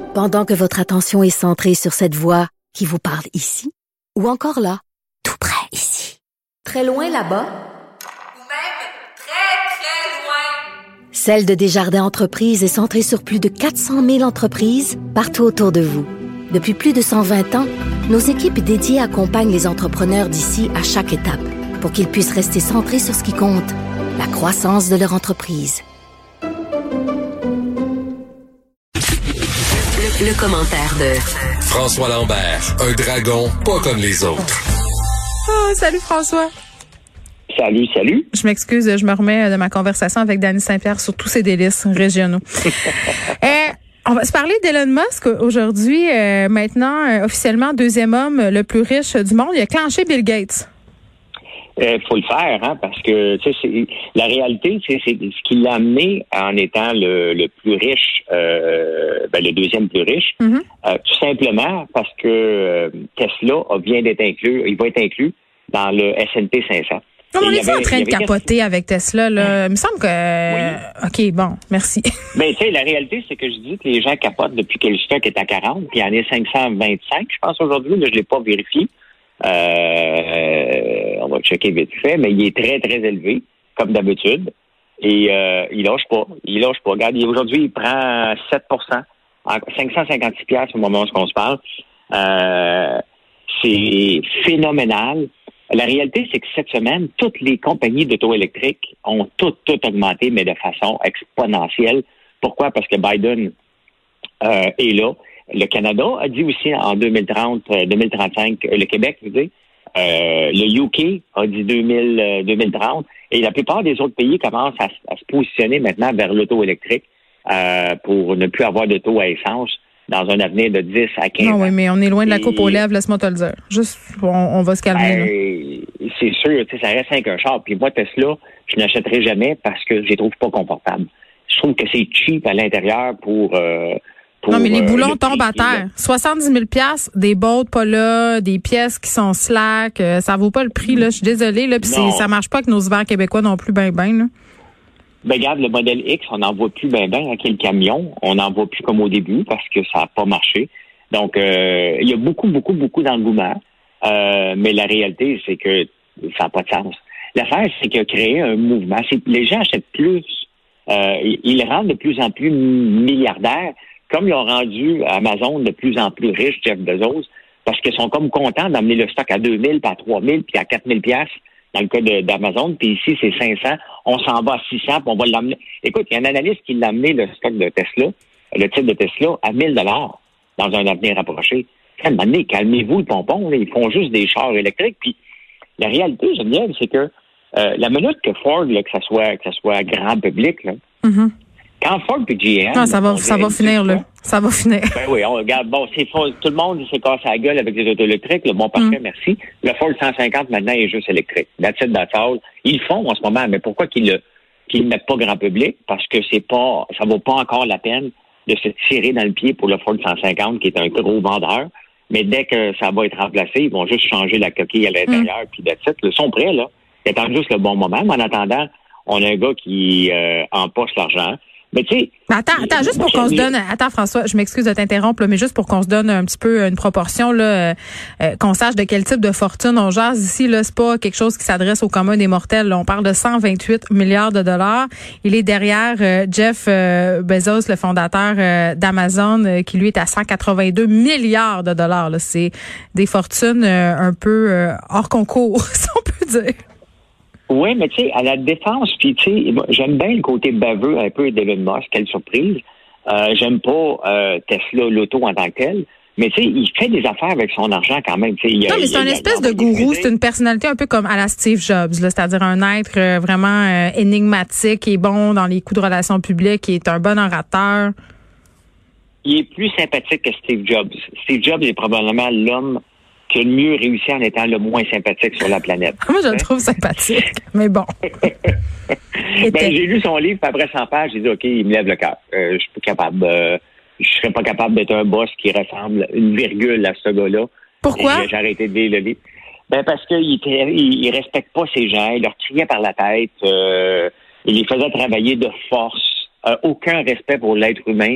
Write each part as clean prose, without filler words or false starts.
Pendant que votre attention est centrée sur cette voix qui vous parle ici, ou encore là, tout près ici, très loin là-bas, ou même très, très loin. Celle de Desjardins Entreprises est centrée sur plus de 400 000 entreprises partout autour de vous. Depuis plus de 120 ans, nos équipes dédiées accompagnent les entrepreneurs d'ici à chaque étape pour qu'ils puissent rester centrés sur ce qui compte, la croissance de leur entreprise. Le commentaire de François Lambert, un dragon pas comme les autres. Oh, salut François. Salut. Je m'excuse, je me remets de ma conversation avec Dany Saint-Pierre sur tous ses délices régionaux. On va se parler d'Elon Musk aujourd'hui, maintenant officiellement deuxième homme le plus riche du monde. Il a clenché Bill Gates. Faut le faire, parce que la réalité, c'est ce qui l'a amené en étant le plus riche, le deuxième plus riche, tout simplement parce que Tesla vient d'être inclus, il va être inclus dans le S&P 500. Non, on est en train de capoter avec Tesla, là. Il me semble que... Oui. OK, bon, merci. Ben, tu sais, la réalité, c'est que je dis que les gens capotent depuis que le stock est à 40, puis il y en a 525, je pense, aujourd'hui, mais je l'ai pas vérifié. On va checker vite fait, mais il est très, très élevé, comme d'habitude. Et il lâche pas. Regarde, aujourd'hui, il prend 7%, 556 piastres au moment où on se parle. C'est phénoménal. La réalité, c'est que cette semaine, toutes les compagnies d'auto électriques ont toutes augmenté, mais de façon exponentielle. Pourquoi? Parce que Biden est là. Le Canada a dit aussi en 2035, le Québec, je veux dire, le UK a dit 2030, et la plupart des autres pays commencent à se positionner maintenant vers l'auto électrique pour ne plus avoir d'auto à essence dans un avenir de 10 à 15 ans. Non, oui, mais on est loin de la coupe aux lèvres, laisse-moi te le dire. Juste, on va se calmer. C'est sûr, ça reste avec un char. Puis moi, Tesla, je n'achèterai jamais parce que je les trouve pas confortables. Je trouve que c'est cheap à l'intérieur pour non, mais les boulons tombent à terre. 70 000 $, des bottes pas là, des pièces qui sont slack, ça vaut pas le prix, là. Je suis désolée, là. Puis ça marche pas avec nos hivers québécois non plus, ben, là. Ben, regarde, le modèle X, on n'en voit plus ben, avec le camion. On n'en voit plus comme au début parce que ça n'a pas marché. Donc, il y a beaucoup d'engouement. Mais la réalité, c'est que ça n'a pas de sens. L'affaire, c'est qu'il a créé un mouvement. Les gens achètent plus. Ils rendent de plus en plus milliardaires, comme ils ont rendu Amazon de plus en plus riche, Jeff Bezos, parce qu'ils sont comme contents d'amener le stock à 2 000, puis à 3 000, puis à 4 000 piastres dans le cas d'Amazon, puis ici, c'est 500. On s'en va à 600, puis on va l'amener. Écoute, il y a un analyste qui l'a amené, le stock de Tesla, le titre de Tesla, à 1 000 $ dans un avenir rapproché. À un moment donné, calmez-vous le pompon, là, ils font juste des chars électriques, puis la réalité, Geneviève, c'est que la minute que Ford, là, que ça soit grand public, là, quand Ford et GM... Non, ça va finir, là. Ça va finir. Ben oui, on regarde. Bon, tout le monde s'est cassé la gueule avec les autos électriques. Bon, parfait, merci. Le Ford 150, maintenant, est juste électrique. That's it, that's all. Ils le font en ce moment, mais pourquoi qu'ils le mettent pas grand public? Parce que ça vaut pas encore la peine de se tirer dans le pied pour le Ford 150, qui est un gros vendeur. Mais dès que ça va être remplacé, ils vont juste changer la coquille à l'intérieur, puis that's it. Ils sont prêts, là. Ils attendent juste le bon moment. Mais en attendant, on a un gars qui empoche l'argent. Mais tu sais. Attends, juste pour qu'on se donne. Attends, François, je m'excuse de t'interrompre, là, mais juste pour qu'on se donne un petit peu une proportion, là, qu'on sache de quel type de fortune on jase ici, là, c'est pas quelque chose qui s'adresse au commun des mortels. Là. On parle de 128 milliards de dollars. Il est derrière Jeff Bezos, le fondateur d'Amazon, qui lui est à 182 milliards de dollars. Là. C'est des fortunes un peu hors concours, si on peut dire. Oui, mais tu sais, à la défense, puis tu sais, j'aime bien le côté baveux un peu d'Elon Musk, quelle surprise. J'aime pas Tesla, l'auto en tant que tel, mais tu sais, il fait des affaires avec son argent quand même. Non, mais c'est une espèce de gourou, c'est une personnalité un peu comme à la Steve Jobs, là, c'est-à-dire un être vraiment énigmatique, qui est bon dans les coups de relations publiques, qui est un bon orateur. Il est plus sympathique que Steve Jobs. Steve Jobs est probablement l'homme qui a le mieux réussi en étant le moins sympathique sur la planète. Moi, je le trouve sympathique, mais bon. J'ai lu son livre, puis après 100 pages, j'ai dit, OK, il me lève le cœur. Je suis pas capable. Je serais pas capable d'être un boss qui ressemble une virgule à ce gars-là. Pourquoi? J'ai arrêté de lire le livre. Parce qu'il respecte pas ces gens, il leur criait par la tête, il les faisait travailler de force, aucun respect pour l'être humain.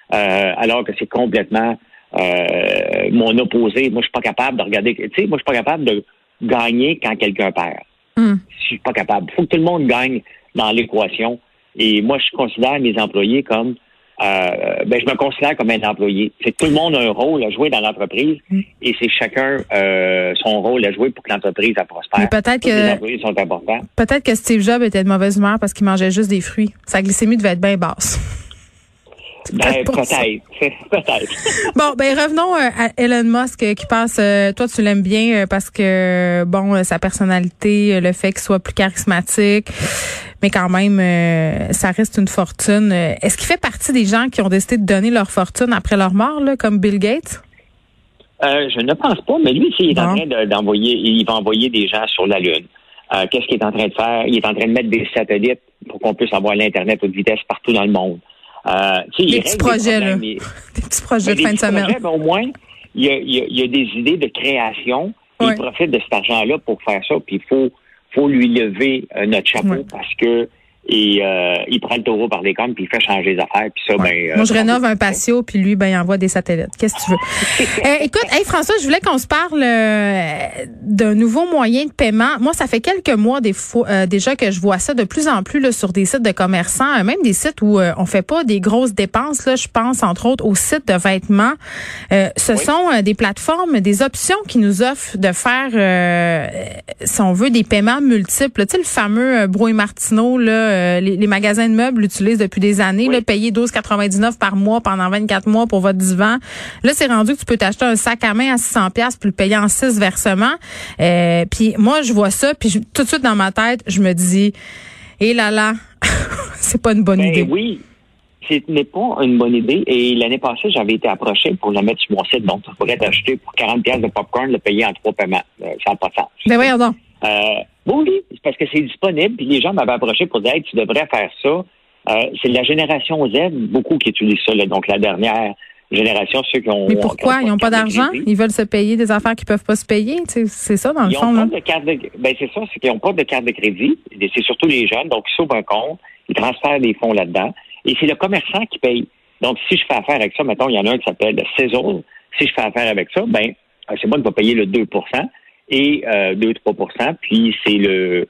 alors que c'est complètement mon opposé. Moi, je suis pas capable de regarder. Tu sais, moi, je suis pas capable de gagner quand quelqu'un perd. Je suis pas capable. Il faut que tout le monde gagne dans l'équation. Et moi, je considère mes employés comme je me considère comme un employé. C'est que tout le monde a un rôle à jouer dans l'entreprise et c'est chacun son rôle à jouer pour que l'entreprise prospère. Mais peut-être que les employés sont importants. Peut-être que Steve Jobs était de mauvaise humeur parce qu'il mangeait juste des fruits. Sa glycémie devait être bien basse. Peut-être. Bon, revenons à Elon Musk qui passe. Toi, tu l'aimes bien parce que sa personnalité, le fait qu'il soit plus charismatique, mais quand même, ça reste une fortune. Est-ce qu'il fait partie des gens qui ont décidé de donner leur fortune après leur mort, là, comme Bill Gates? Je ne pense pas, mais lui, il est en train d'envoyer, il va envoyer des gens sur la Lune. Qu'est-ce qu'il est en train de faire? Il est en train de mettre des satellites pour qu'on puisse avoir l'Internet haute vitesse partout dans le monde. Des petits projets, là. Des petits projets de fin de semaine. Mais au moins, il y a des idées de création. Il profite de cet argent-là pour faire ça. Puis il faut lui lever notre chapeau parce que il prend le taureau par les cornes puis il fait changer les affaires. Puis ça, moi, je rénove un patio puis lui, il envoie des satellites. Qu'est-ce que tu veux? Écoute, François, je voulais qu'on se parle d'un nouveau moyen de paiement. Moi, ça fait quelques mois déjà que je vois ça de plus en plus là, sur des sites de commerçants, même des sites où on fait pas des grosses dépenses. Là, je pense entre autres aux sites de vêtements. Ce sont des plateformes, des options qui nous offrent de faire, si on veut, des paiements multiples. Tu sais, le fameux Brouille Martineau, là. Les magasins de meubles l'utilisent depuis des années. Là, payer 12,99 par mois pendant 24 mois pour votre divan. Là, c'est rendu que tu peux t'acheter un sac à main à 600$ puis le payer en 6 versements. Puis moi, je vois ça, puis tout de suite dans ma tête, je me dis, c'est pas une bonne idée. Oui, ce n'est pas une bonne idée. Et l'année passée, j'avais été approché pour le mettre sur mon site. Donc, tu pourrais t'acheter pour 40$ de popcorn, le payer en 3 paiements. Ça n'a pas de sens. Voyons donc. Oui, c'est parce que c'est disponible. Puis les gens m'avaient approché pour dire, hey, tu devrais faire ça. C'est la génération Z, beaucoup qui utilisent ça. Là. Donc, la dernière génération, ceux qui ont... Mais pourquoi? Ils n'ont pas d'argent? Ils veulent se payer des affaires qu'ils peuvent pas se payer? C'est ça, dans le fond. Ils ont pas de carte c'est ça, c'est qu'ils n'ont pas de carte de crédit. C'est surtout les jeunes. Donc, ils s'ouvrent un compte, ils transfèrent des fonds là-dedans. Et c'est le commerçant qui paye. Donc, si je fais affaire avec ça, mettons, il y en a un qui s'appelle Cézanne. Si je fais affaire avec ça, c'est moi qui vais payer le 2%. Et 2-3%, puis c'est le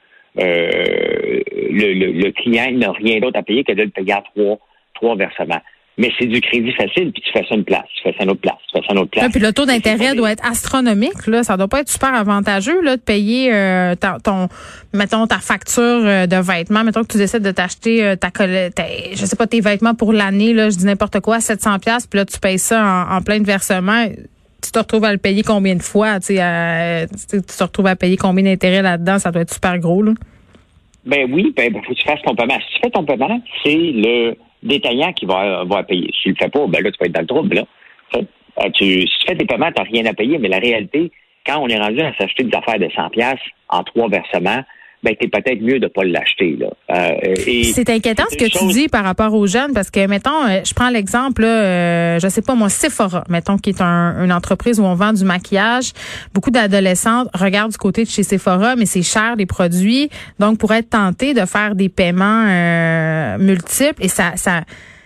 client n'a rien d'autre à payer que de le payer en trois versements. Mais c'est du crédit facile, puis tu fais ça une place, tu fais ça une autre place, tu fais ça une autre place. Puis le taux d'intérêt doit être astronomique, là. Ça doit pas être super avantageux, là, de payer mettons, ta facture de vêtements. Mettons que tu décides de t'acheter je sais pas, tes vêtements pour l'année, là, je dis n'importe quoi, 700$, puis là, tu payes ça en plein de versements. Tu te retrouves à le payer combien de fois? Tu te retrouves à payer combien d'intérêts là-dedans? Ça doit être super gros, là. Oui, faut que tu fasses ton paiement. Si tu fais ton paiement, c'est le détaillant qui va payer. Si tu le fais pas, là, tu vas être dans le trouble, là. Si tu fais tes paiements, tu n'as rien à payer, mais la réalité, quand on est rendu à s'acheter des affaires de 100$ en 3 versements, t'es peut-être mieux de pas l'acheter, là. C'est inquiétant ce que tu dis par rapport aux jeunes, parce que, mettons, je prends l'exemple, je sais pas moi, Sephora, mettons, qui est une entreprise où on vend du maquillage. Beaucoup d'adolescentes regardent du côté de chez Sephora, mais c'est cher les produits. Donc, pour être tenté de faire des paiements multiples, et ça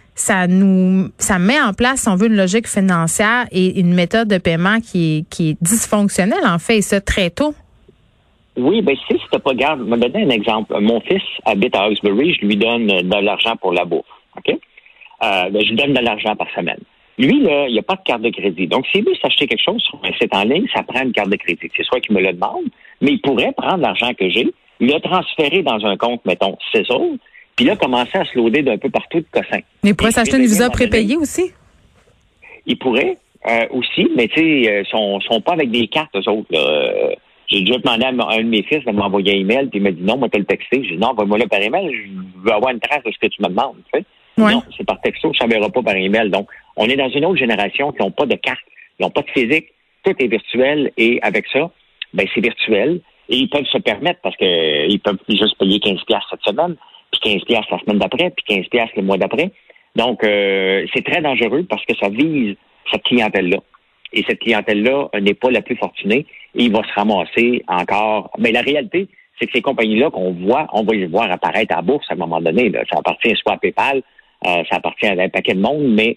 met en place, si on veut, une logique financière et une méthode de paiement qui est dysfonctionnelle, en fait, et ça très tôt. Oui, si tu pas garde, je vais te donner un exemple. Mon fils habite à Hawkesbury, je lui donne de l'argent pour la bouffe. OK? Je lui donne de l'argent par semaine. Lui, là, il n'y a pas de carte de crédit. Donc, s'il veut s'acheter quelque chose sur un site en ligne, ça prend une carte de crédit. C'est soit qu'il me le demande, mais il pourrait prendre l'argent que j'ai, le transférer dans un compte, mettons, Cézanne, puis là, commencer à se loader d'un peu partout de cossins. Mais il pourrait s'acheter une visa prépayée aussi? Il pourrait aussi, mais tu sais, sont pas avec des cartes, eux autres, là. J'ai déjà demandé à un de mes fils de m'envoyer un email, puis il m'a dit non, moi, tu le texté. J'ai dit non, envoie-moi-le par email, je veux avoir une trace de ce que tu me demandes. Tu sais? Ouais. Non, c'est par texto, je ne t'enverrai pas par email. Donc, on est dans une autre génération qui n'ont pas de carte, ils n'ont pas de physique, tout est virtuel, et avec ça, c'est virtuel, et ils peuvent se permettre parce qu'ils peuvent juste payer 15$ cette semaine, puis 15$ la semaine d'après, puis 15$ le mois d'après. Donc, c'est très dangereux parce que ça vise cette clientèle-là. Et cette clientèle-là n'est pas la plus fortunée et il va se ramasser encore. Mais la réalité, c'est que ces compagnies-là qu'on voit, on va les voir apparaître à la bourse à un moment donné. Là. Ça appartient soit à PayPal, ça appartient à un paquet de monde, mais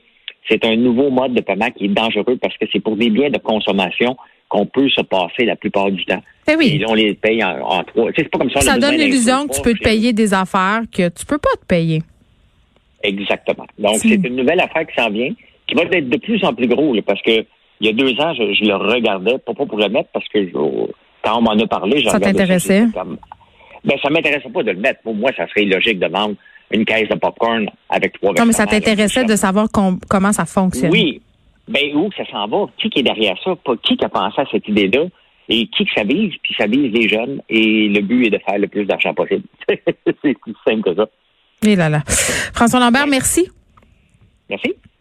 C'est un nouveau mode de paiement qui est dangereux parce que c'est pour des biens de consommation qu'on peut se passer la plupart du temps. Oui. Et là, on les paye en 3. C'est pas comme ça. Ça donne l'illusion que tu peux te payer des affaires que tu peux pas te payer. Exactement. Donc, c'est une nouvelle affaire qui s'en vient, qui va être de plus en plus gros, là, parce que il y a 2 ans, je le regardais, pas pour le mettre, parce que quand on m'en a parlé, ça t'intéressait? Ça m'intéressait pas de le mettre. Pour moi, ça serait illogique de vendre une caisse de popcorn avec 3 versements. Non, mais ça t'intéressait de savoir comment ça fonctionne. Oui. Où ça s'en va? Qui est derrière ça? Qui a pensé à cette idée-là? Et qui que ça vise? Puis ça vise les jeunes. Et le but est de faire le plus d'argent possible. C'est plus simple que ça. Et là. François Lambert, merci. Merci.